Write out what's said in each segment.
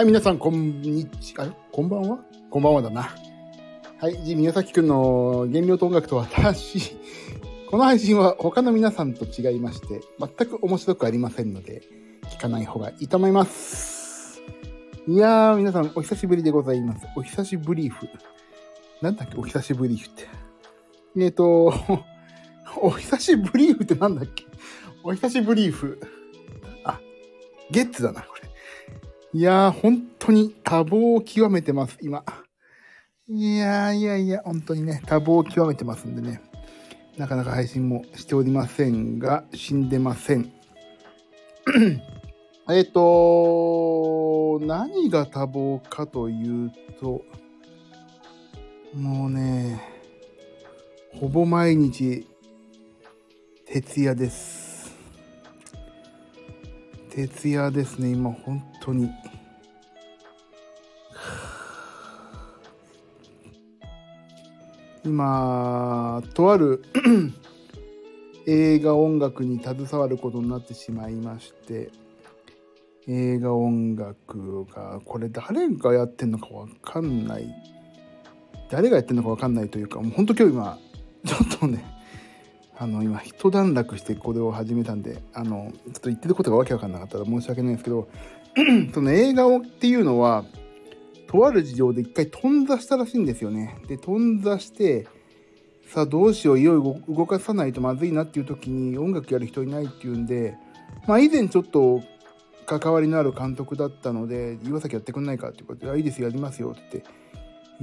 はい、皆さん、こんにちは。こんばんはこんばんはだな。はい、宮崎くんの原料と音楽と私。この配信は他の皆さんと違いまして、全く面白くありませんので、聞かない方がいいと思います。いやー、皆さん、お久しぶりでございます。お久しぶりーふ。なんだっけ、お久しぶりーふって。お久しぶりーふってなんだっけ。お久しぶりーふ。あ、ゲッツだな、これ。いやー、本当に多忙を極めてます、今。いや、本当にね、多忙を極めてますんでね。なかなか配信もしておりませんが、死んでません。何が多忙かというと、もうね、ほぼ毎日、徹夜です。徹夜ですね、今、本当に。今、とある映画音楽に携わることになってしまいまして、映画音楽が、これ誰がやってんのかわかんない。誰がやってんのかわかんないというか、もう本当今日今、ちょっとね、今一段落してこれを始めたんで、ちょっと言ってることがわけわかんなかったら申し訳ないんですけど、その映画っていうのは、とある事情で一回頓挫したらしいんですよね。で、頓挫して、さあどうしよう、いよいよ動かさないとまずいなっていう時に音楽やる人いないっていうんで、以前ちょっと関わりのある監督だったので、岩崎やってくんないかっていうことで、いいですよ、やりますよって言って、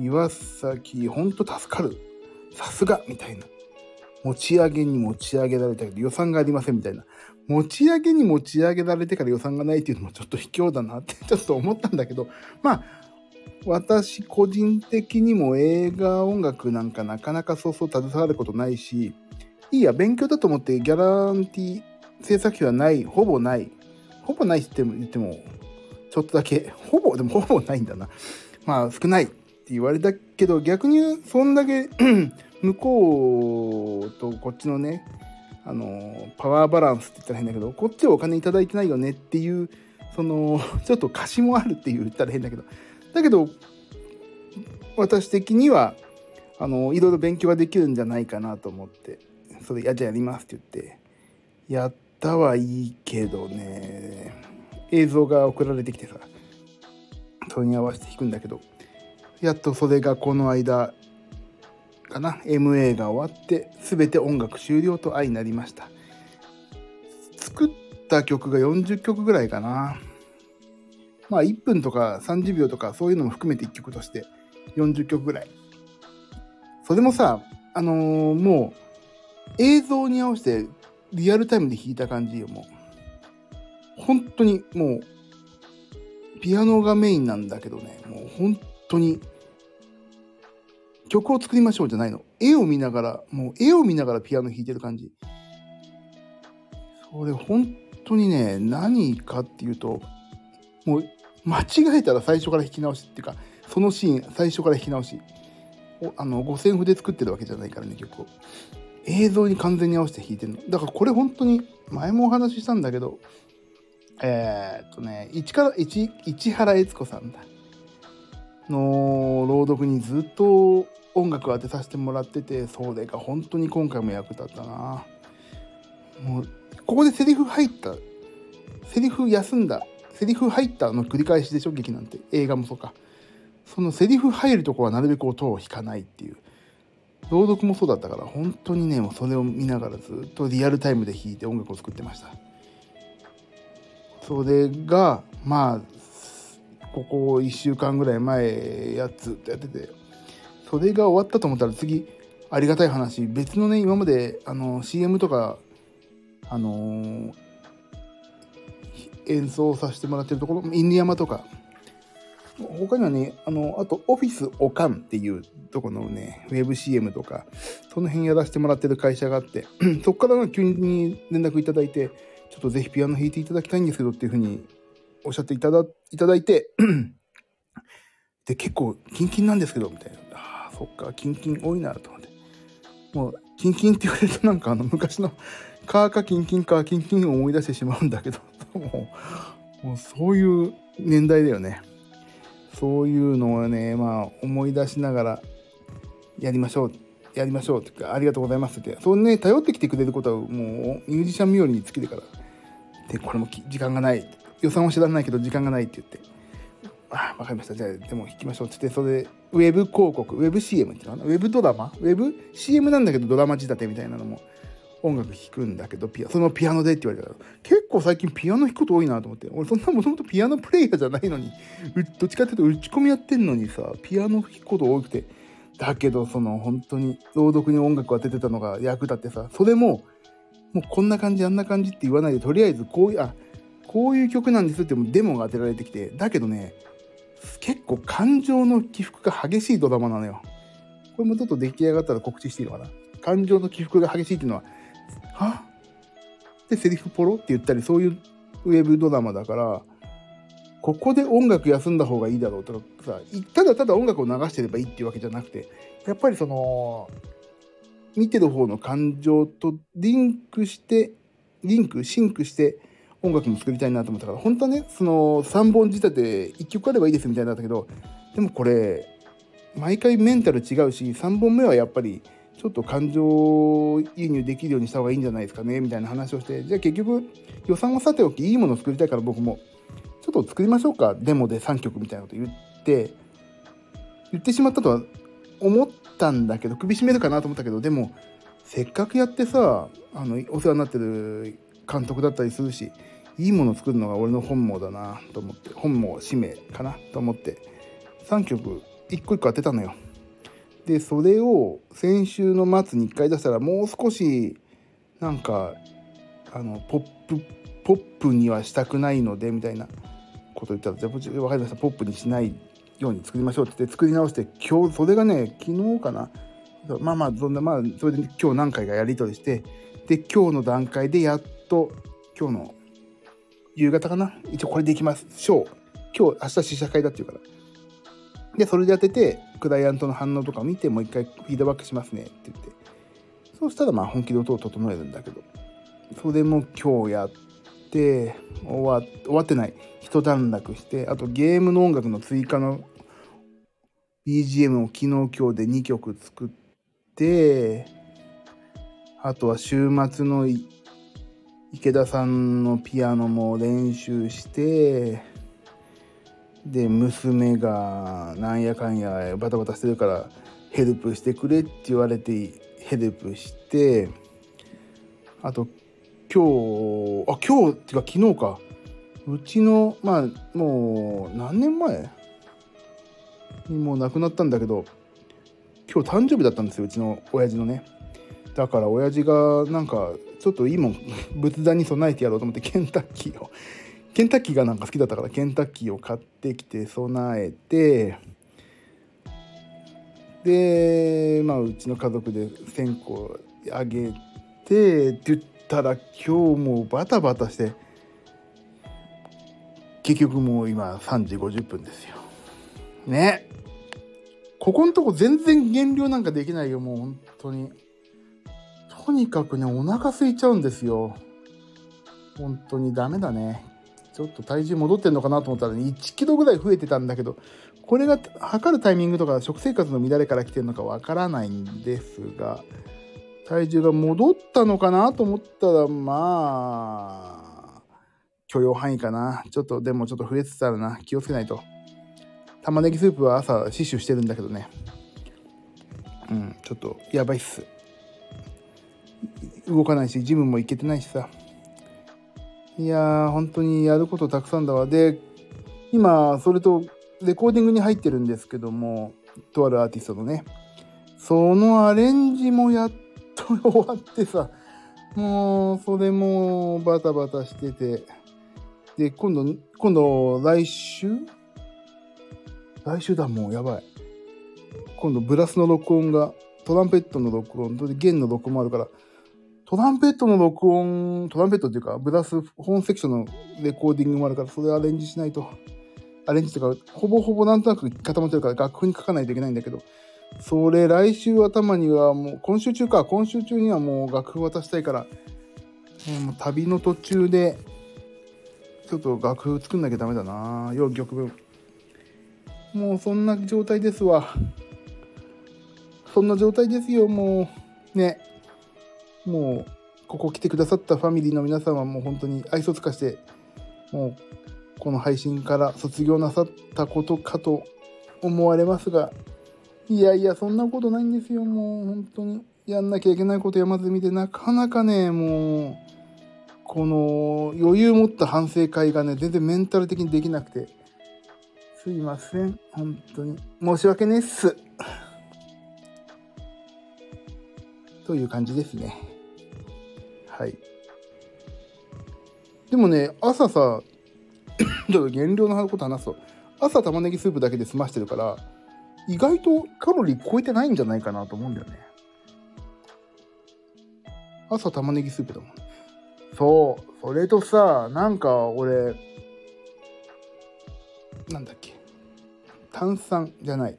岩崎ほんと助かる、さすがみたいな、持ち上げに持ち上げられたけど予算がありませんみたいな、持ち上げに持ち上げられてから予算がないっていうのもちょっと卑怯だなってちょっと思ったんだけど、私個人的にも映画音楽なんかなかなかそう携わることないし、いいや、勉強だと思ってギャランティー制作費はない、ほぼないって言ってもちょっとだけ、ほぼないんだな。少ないって言われたけど、逆にそんだけ向こうとこっちのね、パワーバランスって言ったら変だけど、こっちはお金いただいてないよねっていう、ちょっと貸しもあるって言ったら変だけど、私的にはいろいろ勉強ができるんじゃないかなと思って、それじゃあやりますって言ってやったはいいけどね、映像が送られてきてさ、それに合わせて弾くんだけど、やっとそれがこの間かな、 MA が終わって全て音楽終了と相なりました。作った曲が40曲ぐらいかな。1分とか30秒とかそういうのも含めて1曲として40曲ぐらい。それもさ、もう映像に合わせてリアルタイムで弾いた感じよ。もう本当にもうピアノがメインなんだけどね、もう本当に曲を作りましょうじゃないの。絵を見ながらピアノ弾いてる感じ。それ本当にね、何かっていうと、もう間違えたら最初から弾き直しっていうか、そのシーン最初から弾き直し、五線譜で作ってるわけじゃないからね、曲を映像に完全に合わせて弾いてるの。だからこれ本当に前もお話ししたんだけど、市原悦子さんだの朗読にずっと音楽を当てさせてもらってて、それが本当に今回も役立ったな。もうここでセリフ入った、セリフ休んだ、セリフ入ったの繰り返しでしょ、劇なんて。映画もそうか。そのセリフ入るとこはなるべく音を弾かないっていう。朗読もそうだったから、本当にね、もうそれを見ながらずっとリアルタイムで弾いて音楽を作ってました。それがここ1週間ぐらい前ずっとやってて、それが終わったと思ったら次、ありがたい話、別のね、今までCM とか演奏させてもらってるところ、犬山とか、他にはね、あとオフィスオカンっていうところのね、ウェブ CM とか、その辺やらせてもらってる会社があって、そこから急に連絡いただいて、ちょっとぜひピアノ弾いていただきたいんですけどっていうふうにおっしゃっていただいて、で、結構キンキンなんですけどみたいな、そっか、キンキン多いなと思って、もうキンキンって言われるとなんか昔のカーかキンキンを思い出してしまうんだけど、もうそういう年代だよね。 そういうのをね、思い出しながらやりましょうってか、ありがとうございますって、そうね、頼ってきてくれることはもうミュージシャン冥利に尽きるから。で、これも時間がない。予算は知らないけど時間がないって言って、わかりました。じゃあでも弾きましょうって言って、それでウェブ広告、ウェブ CM っていうのかな、ウェブドラマ、ウェブ CM なんだけどドラマ仕立てみたいなのも音楽弾くんだけど、そのピアノでって言われたら、結構最近ピアノ弾くこと多いなと思って。俺そんなもともとピアノプレイヤーじゃないのに、どっちかっていうと打ち込みやってんのにさ、ピアノ弾くこと多くて、だけど本当に朗読に音楽を当ててたのが役立ってさ、それもうこんな感じあんな感じって言わないで、とりあえずこういう曲なんですってデモが当てられてきて、だけどね、結構感情の起伏が激しいドラマなのよ。これもちょっと出来上がったら告知していいのかな。感情の起伏が激しいっていうのは、でセリフポロって言ったり、そういうウェブドラマだから、ここで音楽休んだ方がいいだろうとかさ、ただただ音楽を流してればいいっていうわけじゃなくて、やっぱり見てる方の感情とシンクして音楽も作りたいなと思ったから、本当はね、3本仕立て1曲あればいいですみたいなんだったけど、でもこれ毎回メンタル違うし、3本目はやっぱりちょっと感情移入できるようにした方がいいんじゃないですかねみたいな話をして、じゃあ結局予算はさておきいいものを作りたいから、僕もちょっと作りましょうか、デモで3曲みたいなこと言ってしまったとは思ったんだけど、首絞めるかなと思ったけど、でもせっかくやってさ、お世話になってる監督だったりするし、いいものを作るのが俺の本望だなと思って、本望使命かなと思って3曲一個一個当てたのよ。でそれを先週の末に1回出したら、もう少しなんかポップにはしたくないのでみたいなこと言ったら、じゃあ分かりました、ポップにしないように作りましょうって言って作り直して、今日それがね、昨日かな、それで今日何回かやり取りして、で今日の段階でやっと今日の夕方かな、一応これでいきましょう、明日試写会だっていうから、でそれで当ててクライアントの反応とか見て、もう一回フィードバックしますねって言って、そうしたら本気で音を整えるんだけど、それも今日やって終わってない、一段落して、あとゲームの音楽の追加の BGM を昨日今日で2曲作って、あとは週末の池田さんのピアノも練習して、で娘がなんやかんやバタバタしてるからヘルプしてくれって言われてヘルプして、あと今日っていうか昨日か、うちのもう何年前にもう亡くなったんだけど、今日誕生日だったんですよ、うちの親父のね。だから親父がなんかちょっといいもん仏壇に備えてやろうと思って、ケンタッキーがなんか好きだったからケンタッキーを買ってきて備えて、でうちの家族で線香あげてって言ったら、今日もうバタバタして結局もう今3時50分ですよね。ここのとこ全然減量なんかできないよ、もう本当に。とにかくね、お腹空いちゃうんですよ。本当にダメだね。ちょっと体重戻ってんのかなと思ったら、1キロぐらい増えてたんだけど、これが測るタイミングとか食生活の乱れから来てるのかわからないんですが、体重が戻ったのかなと思ったら、許容範囲かな。でもちょっと増えつつあるな。気をつけないと。玉ねぎスープは朝死守してるんだけどね。ちょっとやばいっす。動かないし、ジムも行けてないしさ。いやー、本当にやることたくさんだわ。で、今それとレコーディングに入ってるんですけども、とあるアーティストのね、そのアレンジもやっと終わってさ、もうそれもバタバタしてて、で今度来週だ、もうやばい。今度ブラスの録音が、トランペットの録音と弦の録音もあるから、トランペットっていうかブラス本セクションのレコーディングもあるから、それアレンジしないと。アレンジというかほぼなんとなく固まってるから楽譜に書かないといけないんだけど、それ来週頭にはもう今週中にはもう楽譜渡したいから、もう旅の途中でちょっと楽譜作んなきゃダメだな、4曲分。 もうそんな状態ですわ。そんな状態ですよ。もうね、もうここ来てくださったファミリーの皆さんはもう本当に愛想つかして、もうこの配信から卒業なさったことかと思われますが、いやいやそんなことないんですよ。もう本当にやんなきゃいけないこと山積みで、なかなかね、もうこの余裕持った反省会がね、全然メンタル的にできなくて、すいません、本当に申し訳ねっすという感じですね。はい。でもね、朝さちょっと減量のこと話すと、朝玉ねぎスープだけで済ましてるから、意外とカロリー超えてないんじゃないかなと思うんだよね。朝玉ねぎスープだもん。そう、それとさ、なんか俺、なんだっけ、炭酸じゃない。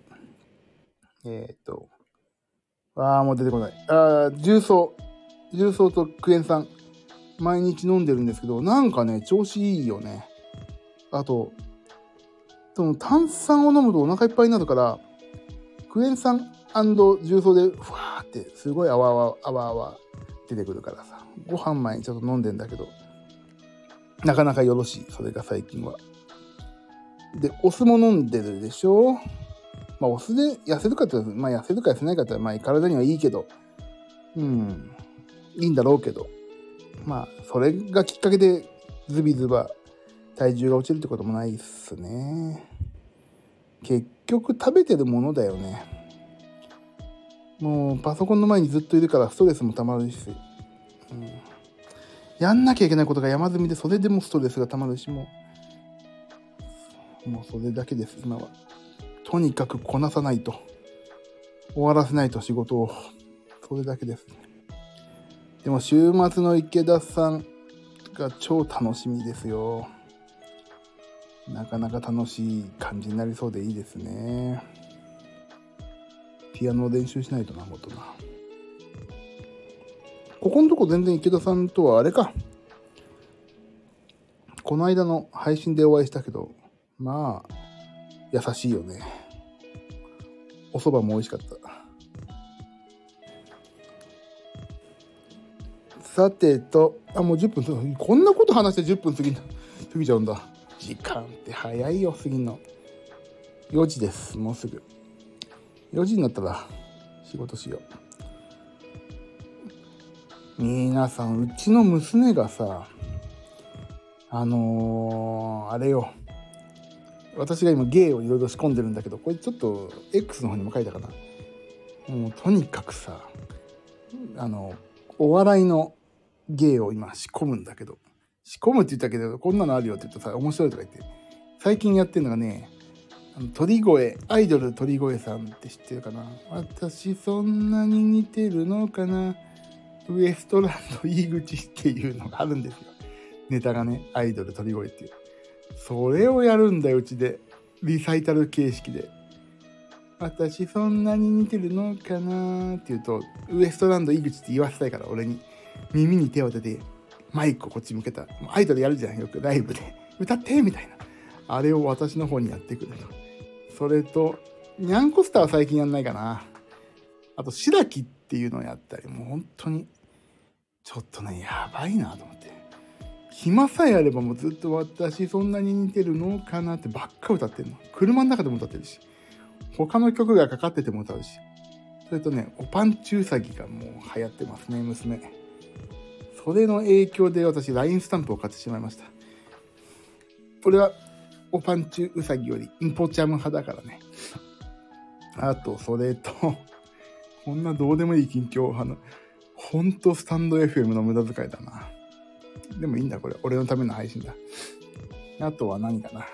もう出てこない。重曹とクエン酸、毎日飲んでるんですけど、なんかね、調子いいよね。あと、その炭酸を飲むとお腹いっぱいになるから、クエン酸&重曹でふわーってすごい泡出てくるからさ、ご飯前にちょっと飲んでんだけど、なかなかよろしい。それが最近は。で、お酢も飲んでるでしょ。まあお酢で痩せるかって、まあ痩せるか痩せないかって、まあ体にはいいけど、いいんだろうけど、まあそれがきっかけでズビズバ体重が落ちるってこともないっすね。結局食べてるものだよね。もうパソコンの前にずっといるからストレスもたまるし、やんなきゃいけないことが山積みで、それでもストレスがたまるし、もうそれだけです。今はとにかくこなさないと、終わらせないと仕事を、それだけです。でも週末の池田さんが超楽しみですよ。なかなか楽しい感じになりそうでいいですね。ピアノを練習しないとな、もっとな。ここのとこ全然池田さんとはあれか、この間の配信でお会いしたけど、まあ優しいよね。お蕎麦も美味しかった。さてと、もう10分、こんなこと話して10分過ぎちゃうんだ。時間って早いよ、過ぎんの。4時です、もうすぐ。4時になったら仕事しよう。皆さん、うちの娘がさ、あれよ。私が今芸をいろいろ仕込んでるんだけど、これちょっと X の方にも書いたかな。もうとにかくさ、お笑いの芸を今仕込むんだけど、仕込むって言ったけど、こんなのあるよって言うとさ、面白いとか言って、最近やってるのがね、鳥越、アイドル鳥越さんって知ってるかな。私そんなに似てるのかな、ウエストランド井口っていうのがあるんですよ。ネタがね、アイドル鳥越っていう。それをやるんだよ、うちで。リサイタル形式で。私そんなに似てるのかなって言うと、ウエストランド井口って言わせたいから、俺に耳に手を当ててマイクをこっち向けた。アイドルやるじゃん、よくライブで歌ってみたいな、あれを私の方にやってくれと。それとニャンコスターは最近やんないかな。あと白木っていうのをやったり、もう本当にちょっとね、やばいなと思って、暇さえあればもうずっと私そんなに似てるのかなってばっか歌ってるの。車の中でも歌ってるし、他の曲がかかってても歌うし。それとね、おパンチウサギがもう流行ってますね、娘。それの影響で私 LINE スタンプを買ってしまいました。これはおパンチウサギよりインポチャム派だからね。あとそれと、こんなどうでもいい近況派の、ほんとスタンド FM の無駄遣いだな。でもいいんだ、これ俺のための配信だ。あとは何かな。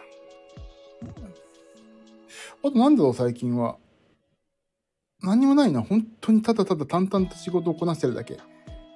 あとなんだろう、最近は何にもないな。本当にただただ淡々と仕事をこなしてるだけ。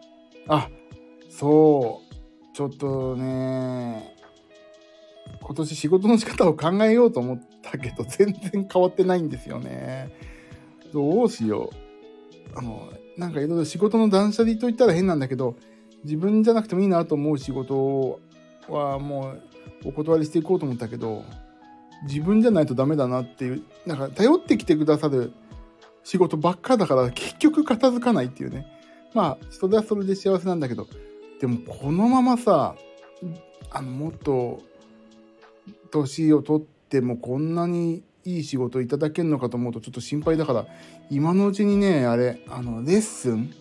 そうちょっとね、今年仕事の仕方を考えようと思ったけど全然変わってないんですよね。どうしよう。なんかいろいろ仕事の断捨離と言ったら変なんだけど、自分じゃなくてもいいなと思う仕事はもうお断りしていこうと思ったけど、 自分じゃないとダメだなっていう、なんか頼ってきてくださる仕事ばっかだから結局片付かないっていうね。まあそれはそれで幸せなんだけど、でもこのままさ、もっと年を取ってもこんなにいい仕事いただけるのかと思うとちょっと心配だから、今のうちにね、レッスン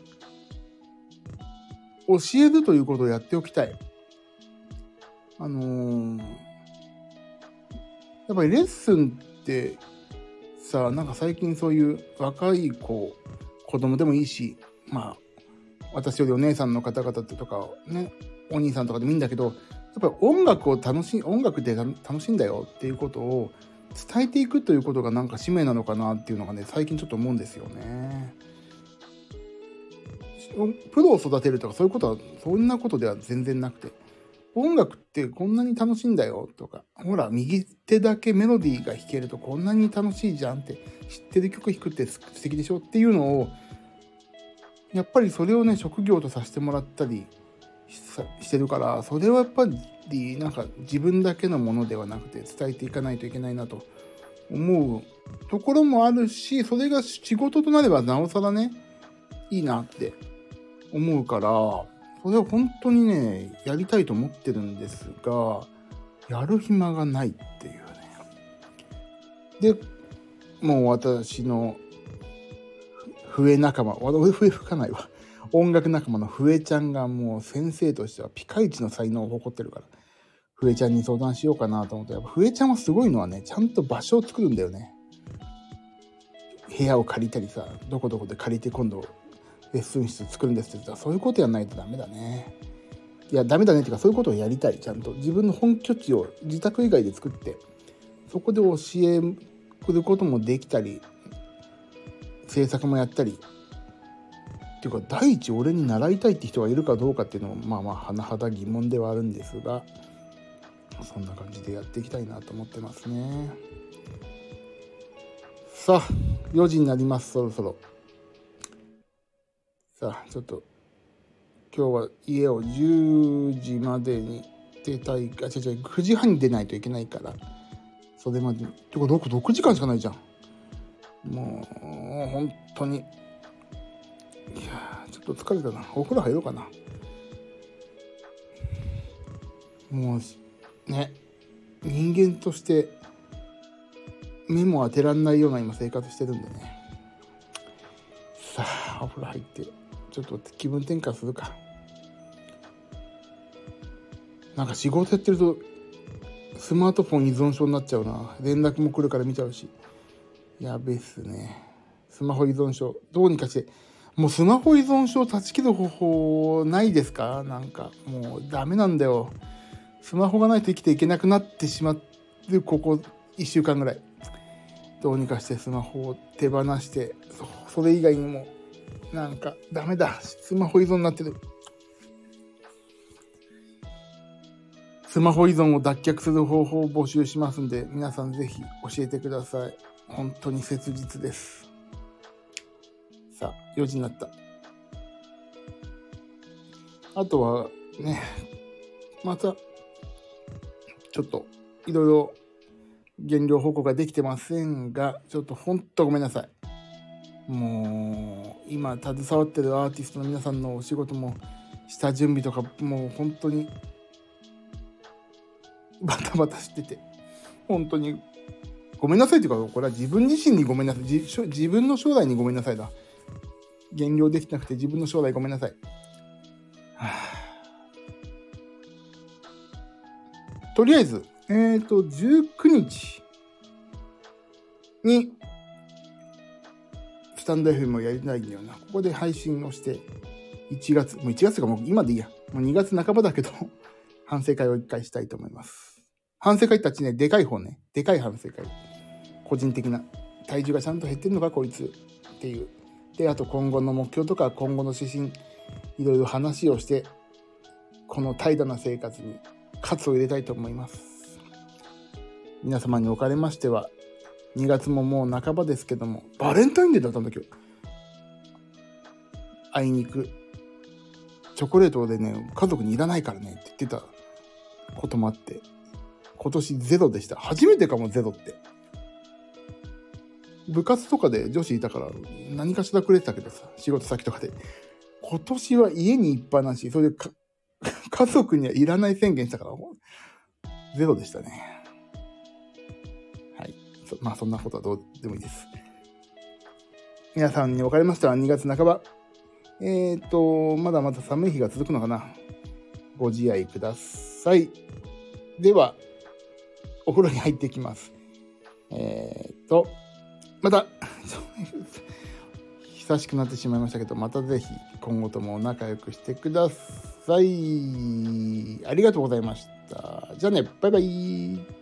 教えるということをやっておきたい。やっぱりレッスンってさ、なんか最近そういう若い子供でもいいし、まあ私よりお姉さんの方々とかね、お兄さんとかでもいいんだけど、やっぱり音楽で楽しいんだよっていうことを伝えていくということがなんか使命なのかなっていうのがね、最近ちょっと思うんですよね。プロを育てるとかそういうことは、そんなことでは全然なくて、音楽ってこんなに楽しいんだよとか、ほら右手だけメロディーが弾けるとこんなに楽しいじゃんって、知ってる曲弾くって素敵でしょっていうのを、やっぱりそれをね職業とさせてもらったりしてるから、それはやっぱりなんか自分だけのものではなくて伝えていかないといけないなと思うところもあるし、それが仕事となればなおさらねいいなって思うから、それは本当にねやりたいと思ってるんですが、やる暇がないっていうね。でもう私の笛仲間、笛吹かないわ、音楽仲間の笛ちゃんがもう先生としてはピカイチの才能を誇ってるから、笛ちゃんに相談しようかなと思って。やっぱ笛ちゃんはすごいのはね、ちゃんと場所を作るんだよね。部屋を借りたりさ、どこどこで借りて今度レッスン室作るんですって言ったら、そういうことやらないとダメだね。いやダメだねっていうか、そういうことをやりたい。ちゃんと自分の本拠地を自宅以外で作って、そこで教えることもできたり、制作もやったりっていうか、第一俺に習いたいって人がいるかどうかっていうのもまあ甚だ疑問ではあるんですが、そんな感じでやっていきたいなと思ってますね。さあ4時になります。そろそろさあちょっと今日は家を10時までに出たいか、9時半に出ないといけないから、それまでにてか6時間しかないじゃん。もう本当に、いやちょっと疲れたな。お風呂入ろうかな。もうね、人間として目も当てらんないような今生活してるんでね。さあお風呂入ってちょっと気分転換するか。なんか仕事やってるとスマートフォン依存症になっちゃうな。連絡も来るから見ちゃうし、やべえっすね。スマホ依存症どうにかして、もうスマホ依存症断ち切る方法ないですか？なんかもうダメなんだよ。スマホがないと生きていけなくなってしまってここ1週間ぐらい、どうにかしてスマホを手放して、それ以外にもなんかダメだ、スマホ依存になってる。スマホ依存を脱却する方法を募集しますんで、皆さんぜひ教えてください。本当に切実です。さあ4時になった。あとはね、またちょっといろいろ減量報告ができてませんが、ちょっと本当ごめんなさい。もう今携わってるアーティストの皆さんのお仕事も下準備とかもう本当にバタバタしてて、本当にごめんなさいというか、これは自分自身にごめんなさい。自分の将来にごめんなさいだ。減量できなくて自分の将来ごめんなさい。とりあえず19日にスタンド FM をやりたいんだよな。ここで配信をして1月がもう今でいいや、もう2月半ばだけど反省会を1回したいと思います。反省会たちね、でかい方ね、でかい反省会、個人的な体重がちゃんと減ってるのかこいつっていうで、あと今後の目標とか今後の指針、いろいろ話をして、この怠惰な生活に喝を入れたいと思います。皆様におかれましては、2月ももう半ばですけども、バレンタインデーだったんだけど、あいにくチョコレートでね、家族にいらないからねって言ってたこともあって、 今年ゼロでした。初めてかも、ゼロって。部活とかで女子いたから何かしらくれてたけどさ、仕事先とかで。今年は家にいっぱなし、それで家族にはいらない宣言したから、ゼロでしたね。はい。まあそんなことはどうでもいいです。皆さんに分かりましたら2月半ば。まだまだ寒い日が続くのかな。ご自愛ください。では、お風呂に入っていきます。また、久しくなってしまいましたけど、またぜひ今後とも仲良くしてください。ありがとうございました。じゃあね、バイバイ。